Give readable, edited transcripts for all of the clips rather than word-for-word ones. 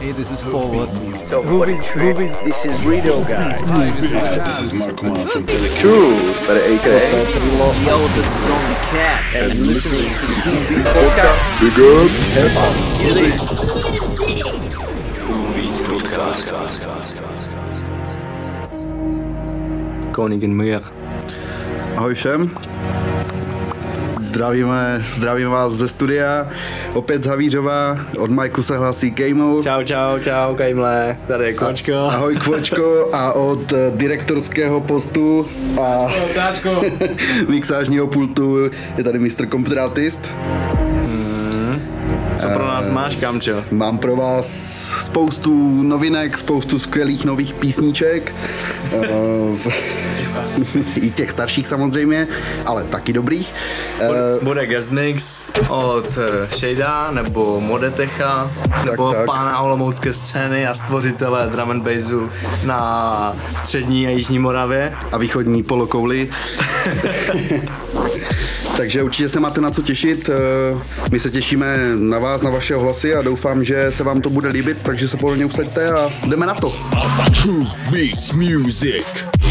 Hey, this is Forward. So movies. This is Radio Guys. Hi, this is This Taz. is Marco from Pelican. True, but AKA. Yo, this is Zombie Cat. And listening to the Movie Podcast. Big up. Have fun. Koningenmuur. Ahoj všem. Zdravíme vás ze studia, opět z Havířova, od Majku se hlásí Kejml. Čau, Kejmle, tady je Kvočko. Ahoj Kvočko a od direktorského postu a mixážního pultu je tady Mr. Computer Artist. Co pro nás máš, Kamčo? Mám pro vás spoustu novinek, spoustu skvělých nových písniček. I těch starších samozřejmě, ale taky dobrých. Bude guest mix od Shada nebo Modetecha nebo tak. pána olomoucké scény a stvořitele drum and bassu na střední a jižní Moravě. A východní polokouli. Takže určitě se máte na co těšit. My se těšíme na vás, na vaše hlasy a doufám, že se vám to bude líbit, takže se pohodlně usaďte a jdeme na to. Truth Beats Music.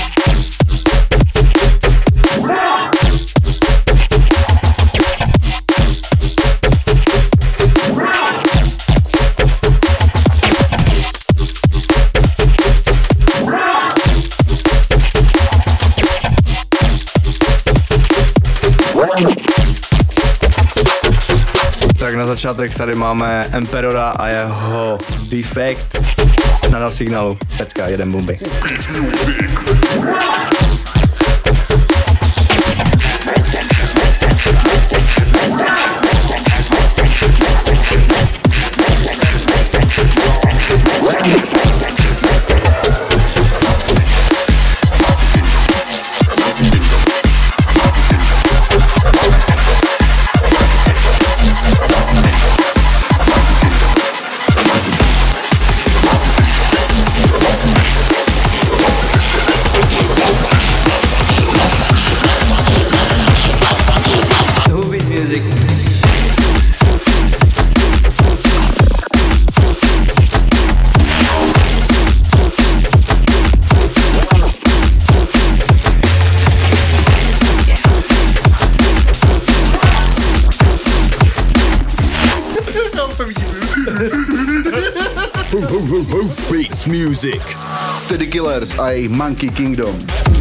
Tak na začátek tady máme Emperora a jeho Defect na dal signálu. Pecka, jeden bomby. Truth Beats Music. Tedy Killers a Monkey Kingdom.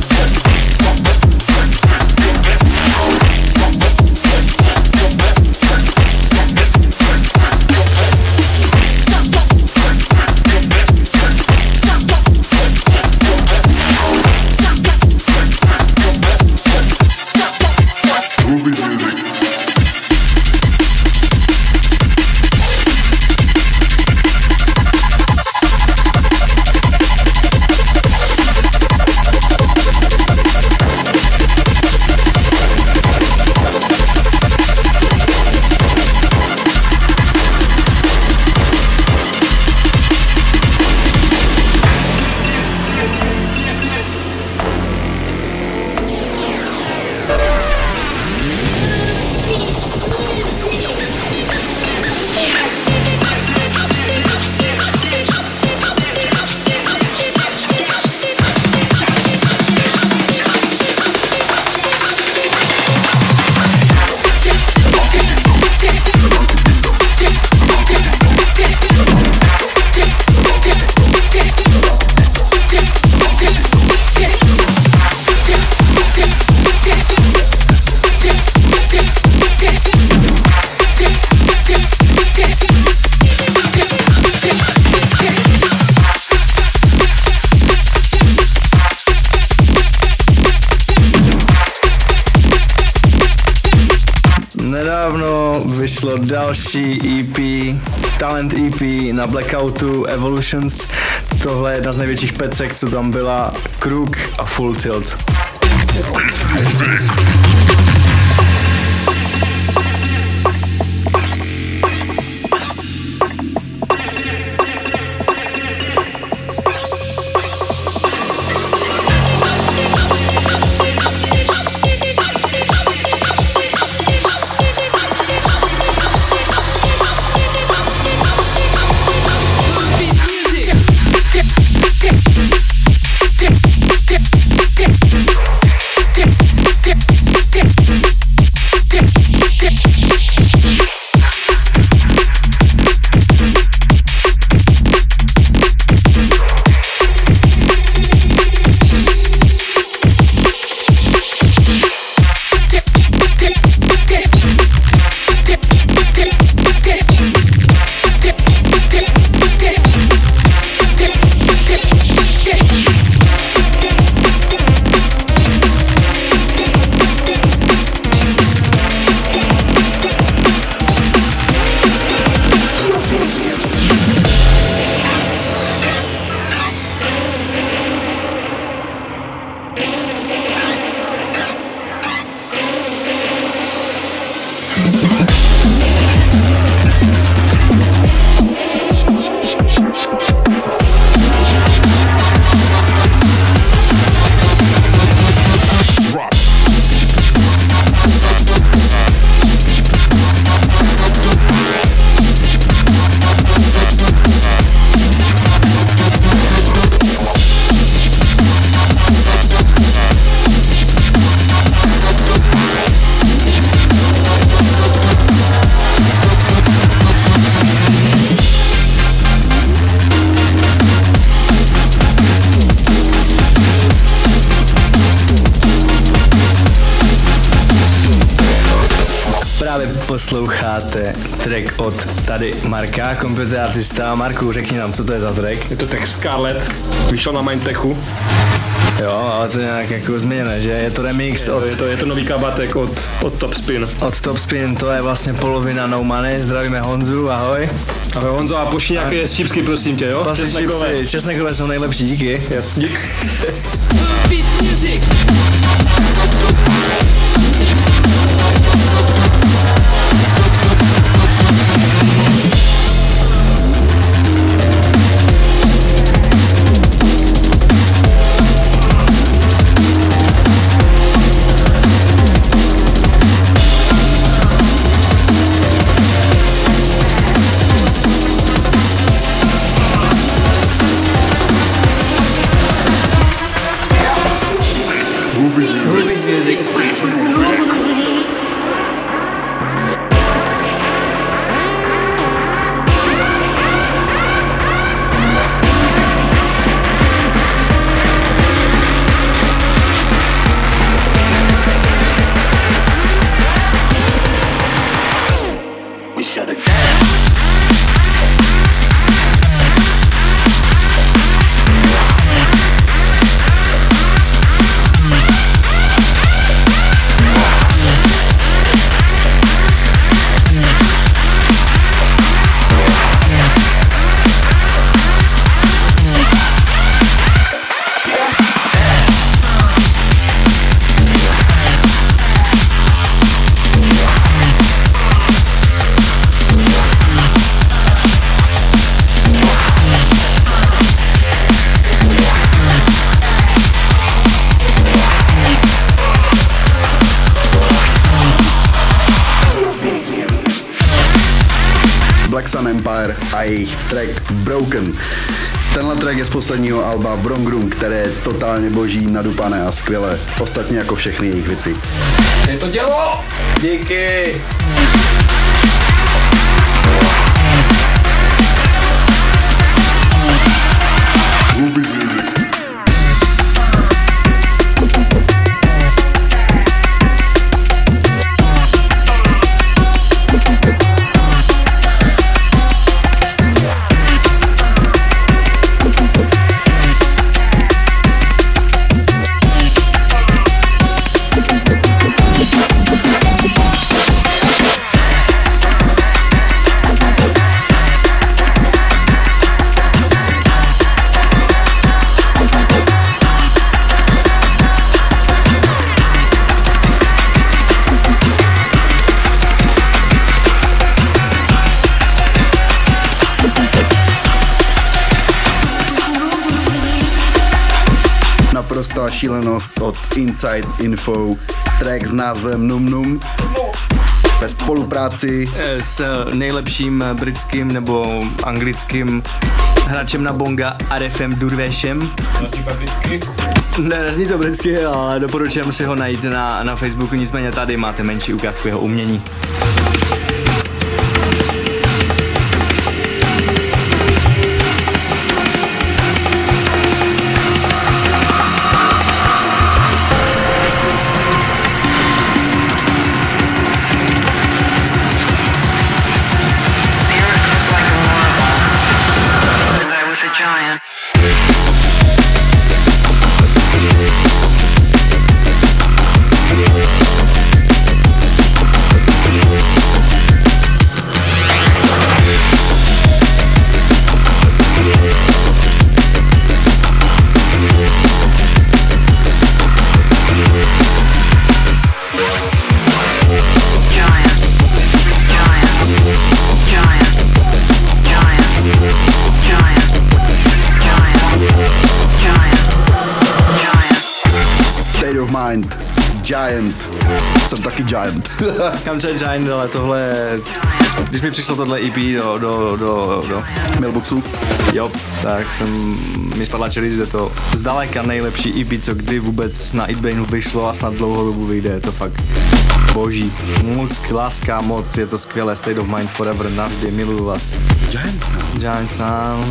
Nedávno vyšlo další EP, Talent EP na Blackoutu Evolutions. Tohle je jedna z největších pecek, co tam byla, Kruk a Full Tilt. Be posloucháte track od tady Marka, computer artista. Marku, řekni nám, co to je za track. Je to track Scarlet, vyšel na Mindtechu. Jo, ale to je nějak jako změněné, že? Je to remix Je to nový kabátek od Topspin. Od Topspin, to je vlastně polovina No Money. Zdravíme Honzu, ahoj. Ahoj Honzo, a pošli nějaké čipsky, prosím tě, jo? Česnekové. Česnekové jsou nejlepší, díky. Jasně, dík. Beats music. Ruby's music. We shut it down. Black Sun Empire a jejich track Broken. Tenhle track je z posledního alba Wrong Room, které je totálně boží, nadupané a skvělé. Ostatně jako všechny jejich věci. Je to dělo! Díky. Naprostá šílenost od Inside Info, track s názvem Num Num ve spolupráci S nejlepším britským nebo anglickým hráčem na bonga RFM Durvešem. Ne, nezní to britsky, ale doporučujem si ho najít na Facebooku, nicméně tady máte menší ukázku jeho umění. Giant. Jsem taky Giant. Kam je Giant, ale tohle, když mi přišlo tohle EP do Mailboxu. Jo, tak mi spadla čelist, je to zdaleka nejlepší EP, co kdy vůbec na Eatbrainu vyšlo a snad dlouhou dobu vyjde, je to fakt boží. Moc láska, moc, je to skvělé, State of Mind Forever, navždy, miluju vás. Giant Sound. Giant Sound,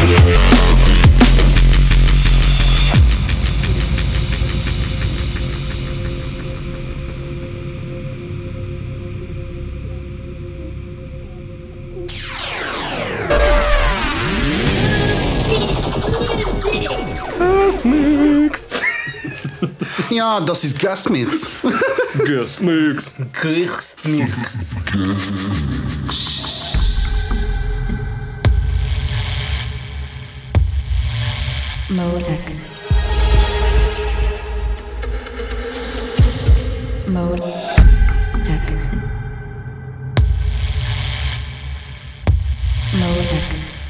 yeah. Ja, das ist Gasmix. Gasmix. Kirchstmix. Modec. Modec. Modec.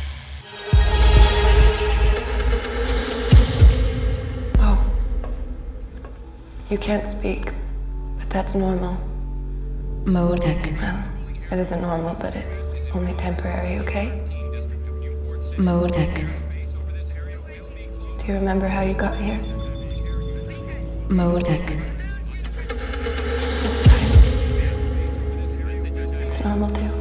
Oh. You can't speak, but that's normal. Modec. Well, it isn't normal, but it's only temporary, okay? Modec. Do you remember how you got here? Modec. That's fine. It's normal too.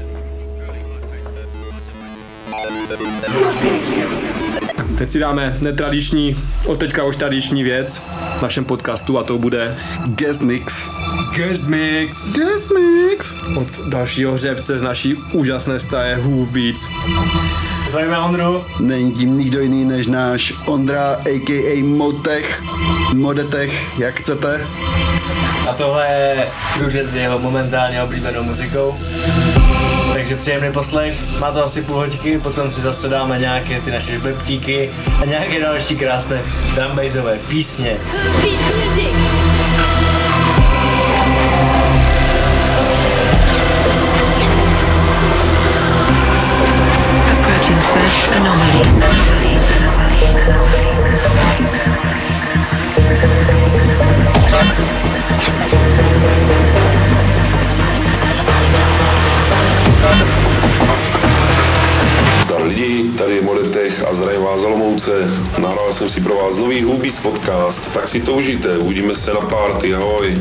Teď si dáme netradiční, od teďka už tradiční věc v našem podcastu a to bude Guest mix. Guest mix. Guest mix. od dalšího hřebce z naší úžasné staje Who Beats. Zdravíme Ondru. Není tím nikdo jiný než náš Ondra, a.k.a. Modetech, jak chcete. A tohle je družec s jeho momentálně oblíbenou muzikou. Takže příjemný poslech, má to asi půl hoďky, potom si zase dáme nějaké ty naše žbeptíky a nějaké další krásné drumbassové písně. Beats Music. Approaching first anomaly. Zdar lidi, tady je Modetech a zdravím vás z Olomouce. Nahrál jsem si pro vás nový Who Beats podcast, tak si to užijte, uvidíme se na party, ahoj.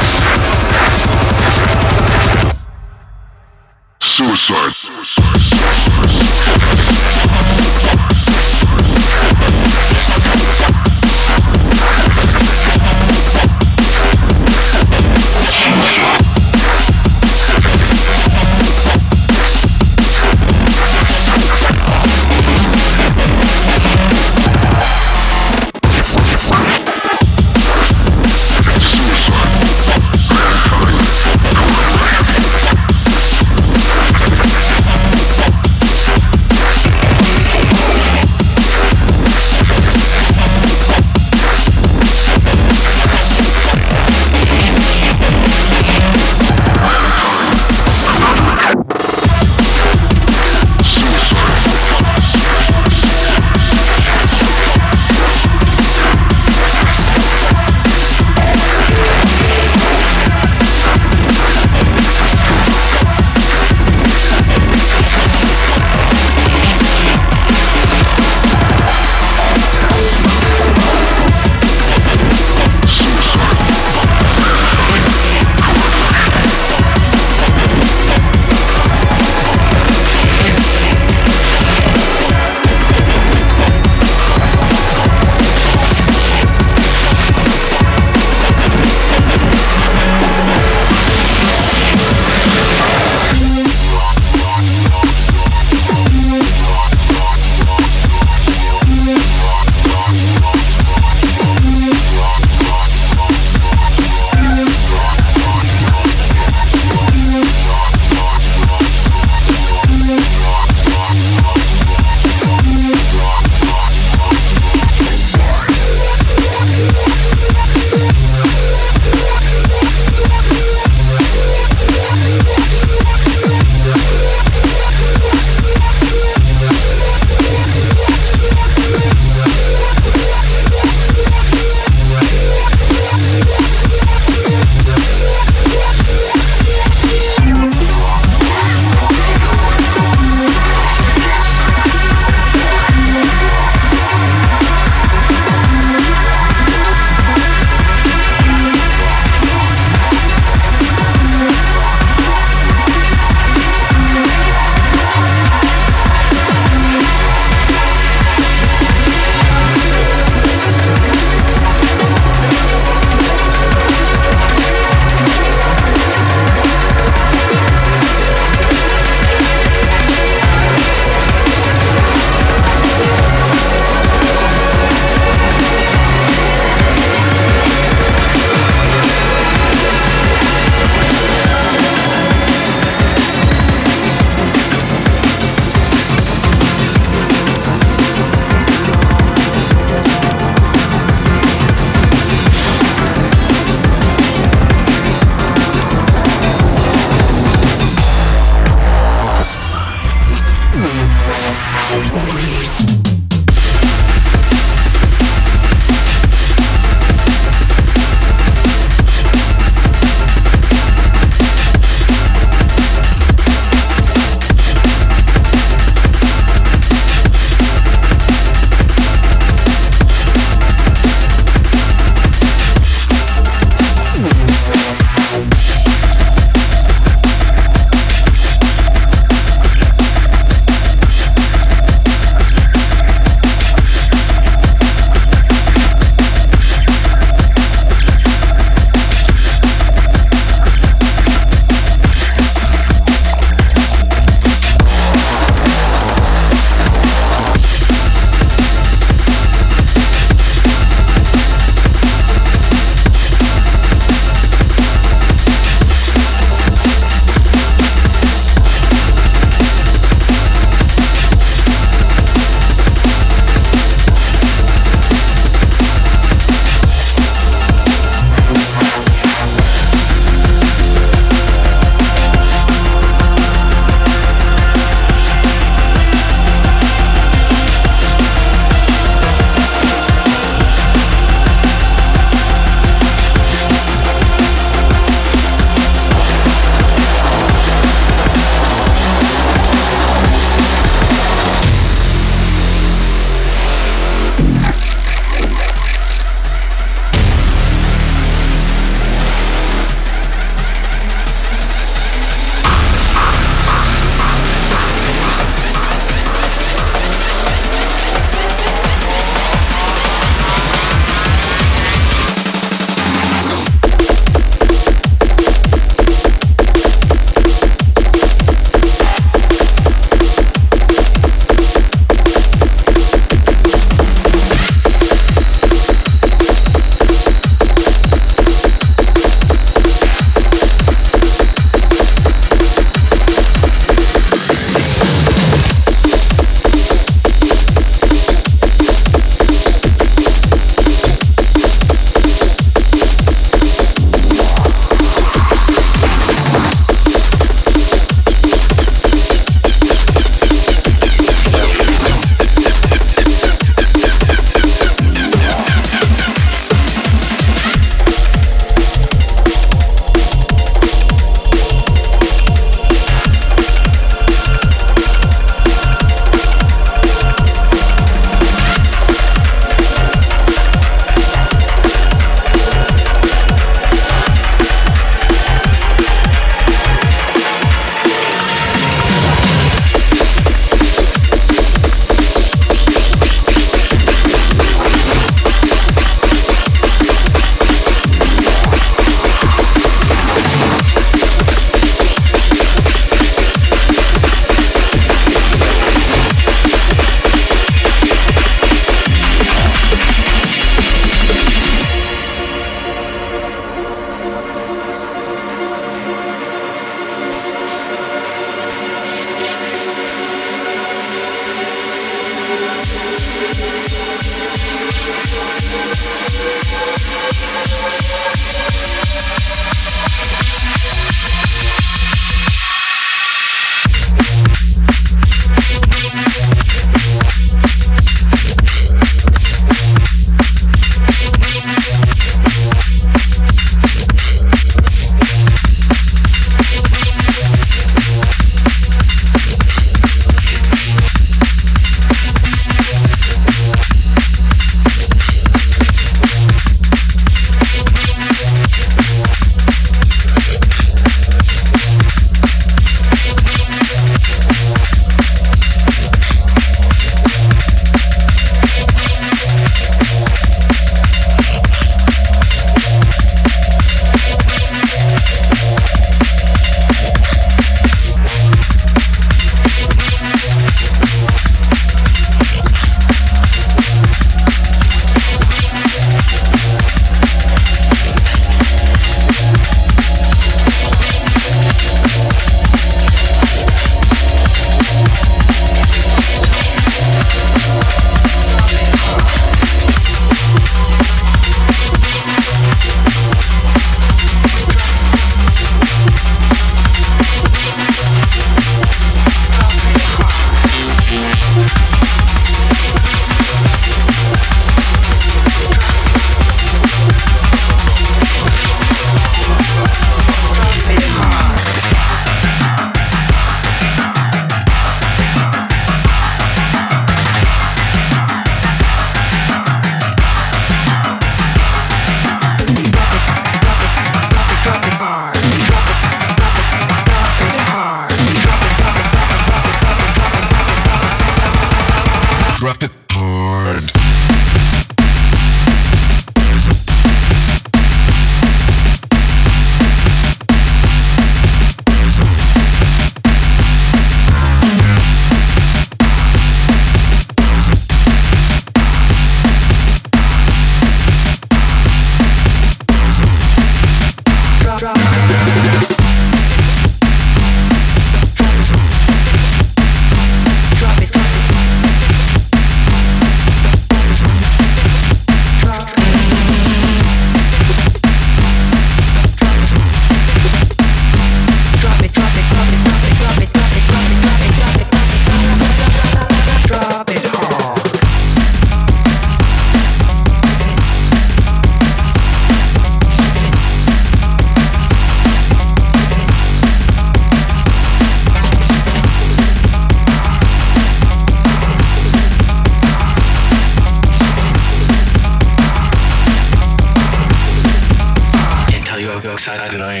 excited I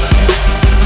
am.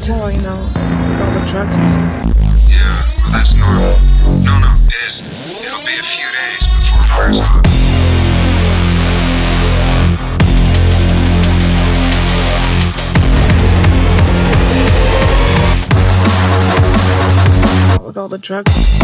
well, you know, with all the drugs and stuff. Yeah, well, that's normal. No, it isn't. It'll be a few days before it wears off. With all the drugs.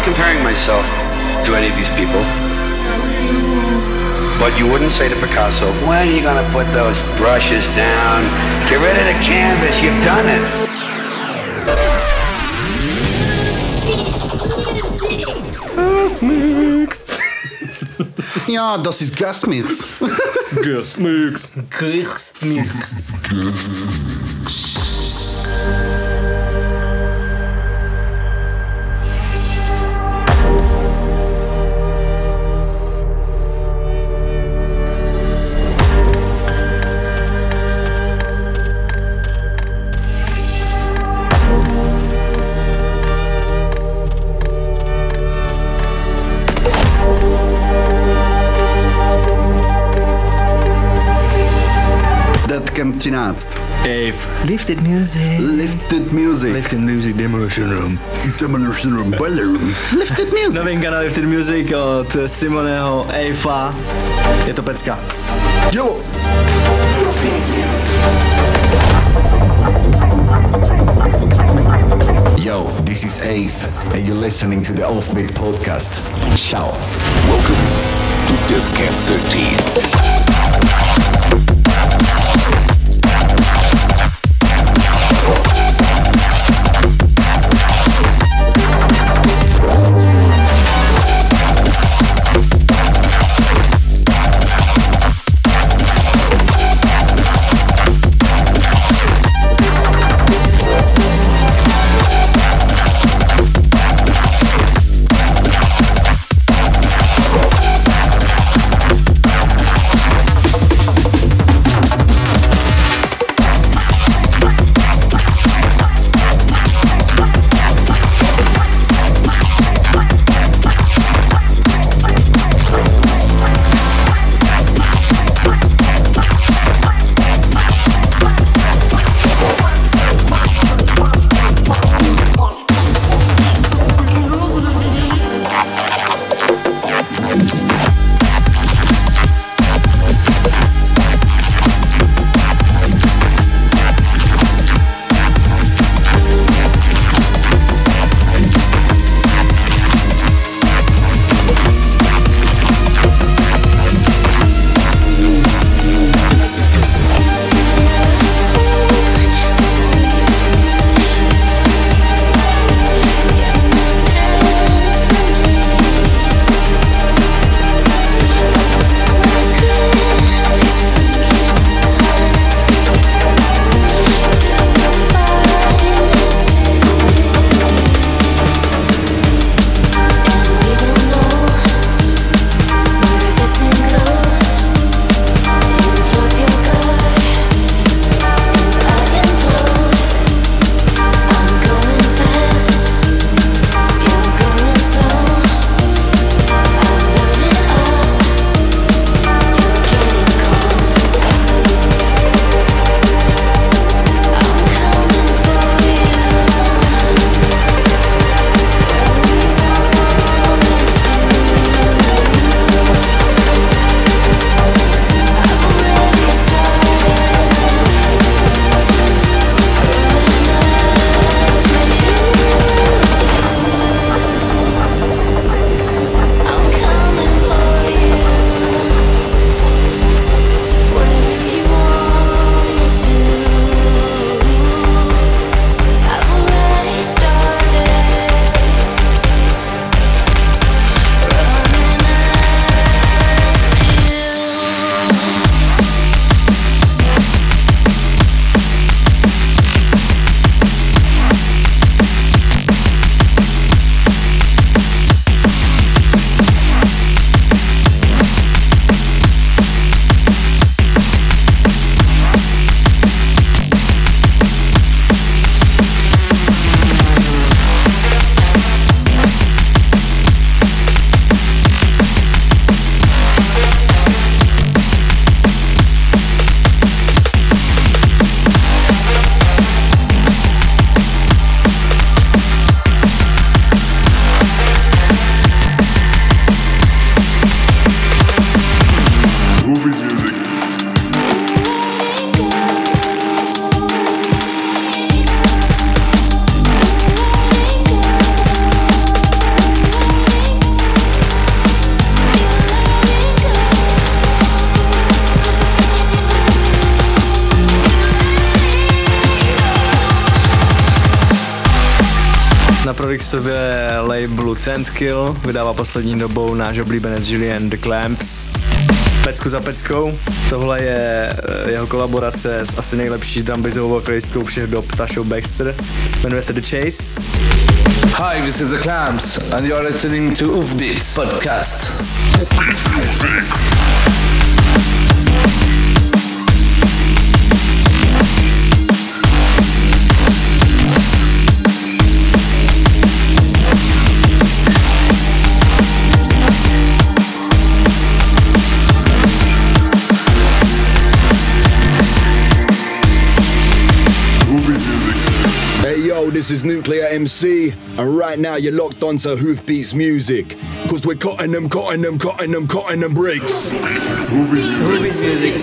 comparing myself to any of these people. But you wouldn't say to Picasso, when are you gonna put those brushes down? Get rid of the canvas, you've done it. Gasmix. Ja, das ist Gasmix. Gasmix. Gasmix. Camp 13. Ave. Lifted music. Lifted music. Lifted music Demolition Room. Demolition Room. Room. Lifted music. Novinka na Lifted Music od Simoneho Avea. Je to pecka. Jo. Yo, this is Ave, and you're listening to the Offbeat podcast. Ciao. Welcome to Death Camp 13. Na Prodixově labelu Trendkill vydává poslední dobou náš oblíbenec Julien The Clamps. Pecku za peckou. Tohle je jeho kolaborace s asi nejlepší drumbizovou vokalistkou všech dob, Tashou Baxter. Jmenuje se The Chase. Hi, this is The Clamps and you're listening to Offbeats Podcast. This is Nuclear MC, and right now you're locked onto Hoofbeats Music, cause we're cutting them bricks. Hoofbeats Music.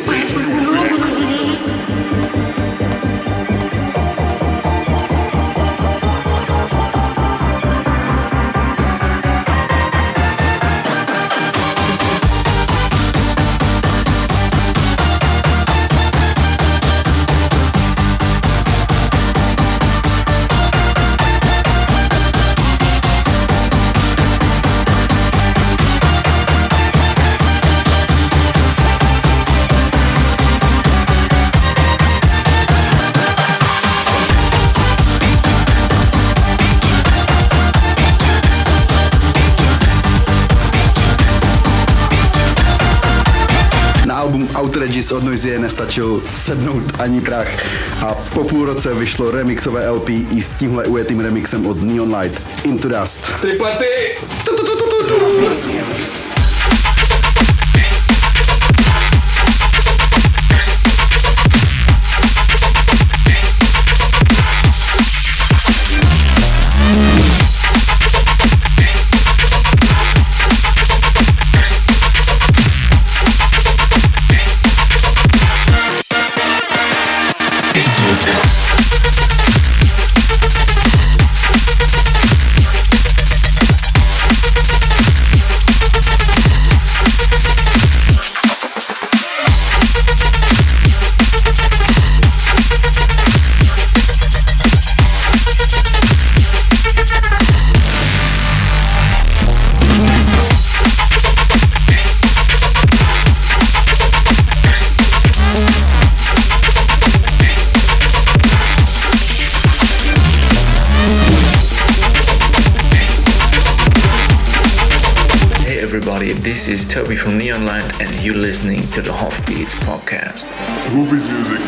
Outrageous od Noisy nestačil sednout ani prach a po půl roce vyšlo remixové LP i s tímhle ujetým remixem od Neon Light, Into Dust. Triplety! This is Toby from Neon Light and you're listening to the Offbeats Podcast. Hoofbeats Music.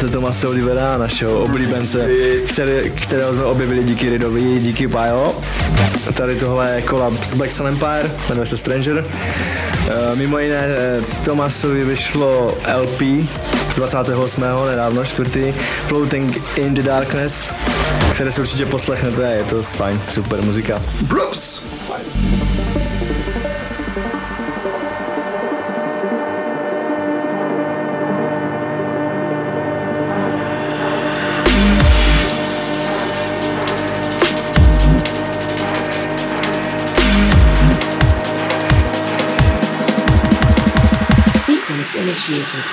znáte Tomase Olivera, našeho oblíbence, kterého jsme objevili díky Ridovi, díky Pajo. Tady tohle je collab s Black Sun Empire, jmenuje se Stranger. Mimo jiné Tomasovi vyšlo LP 28. nedávno, 4. Floating in the Darkness, které si určitě poslechnete, je to fajn, super muzika. Brups! Sequence initiated.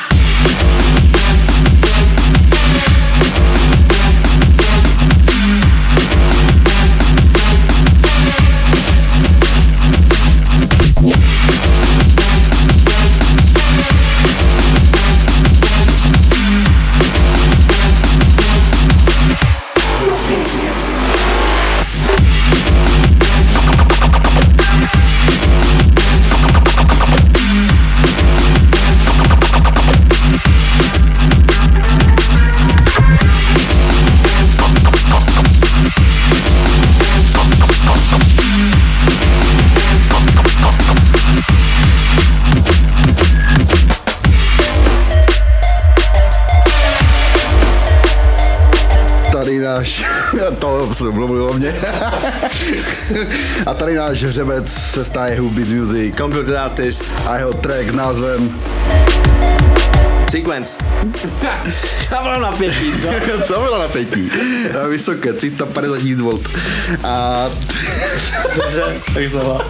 To se mluvilo mě. A tady náš hřebec se stáje Who Beats Music, Computer Artist a jeho track s názvem Sequence. To bylo napětí, co? Co bylo napětí? Vysoké, 350 V. A... Dobře, tak znova.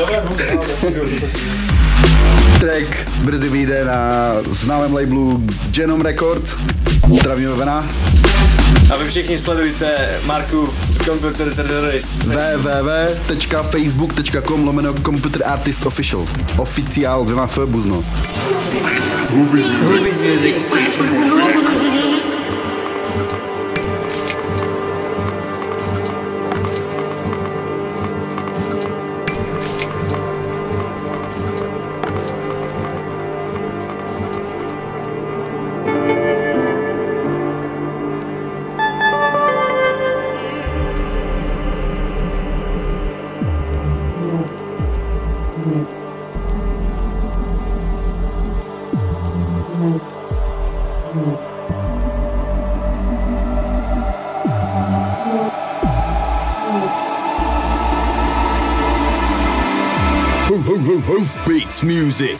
Track brzy vyjde na známém labelu Genome Records. Zdravíme Vena. A vy všichni sledujte Markův Computer Terrorist. www.facebook.com/Computer Artist Official. Oficiál 2F Buzno. Who Beats Music. Who Beats Music.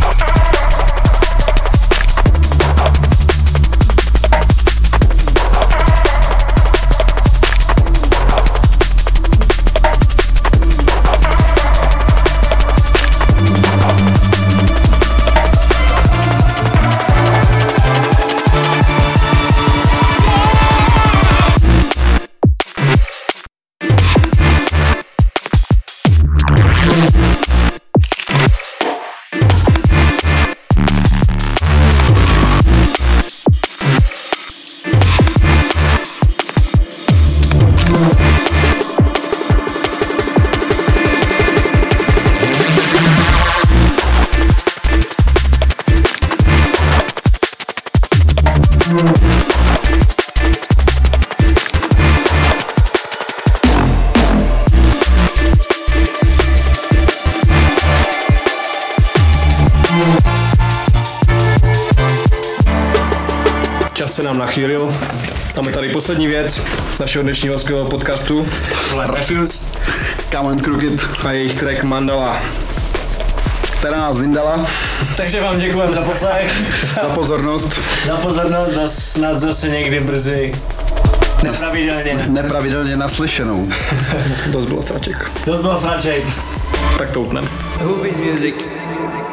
Čas se nám nachýlil. Máme tady poslední věc našeho dnešního skvělého podcastu. Refuse. Come Crooked. A jejich track Mandala. Která nás vyndala. Takže vám děkujeme za poslech. Za pozornost. Za pozornost a snad zase někdy brzy. Nepravidelně naslyšenou. Dost bylo sraček. Tak to utnem. Who Beats Music.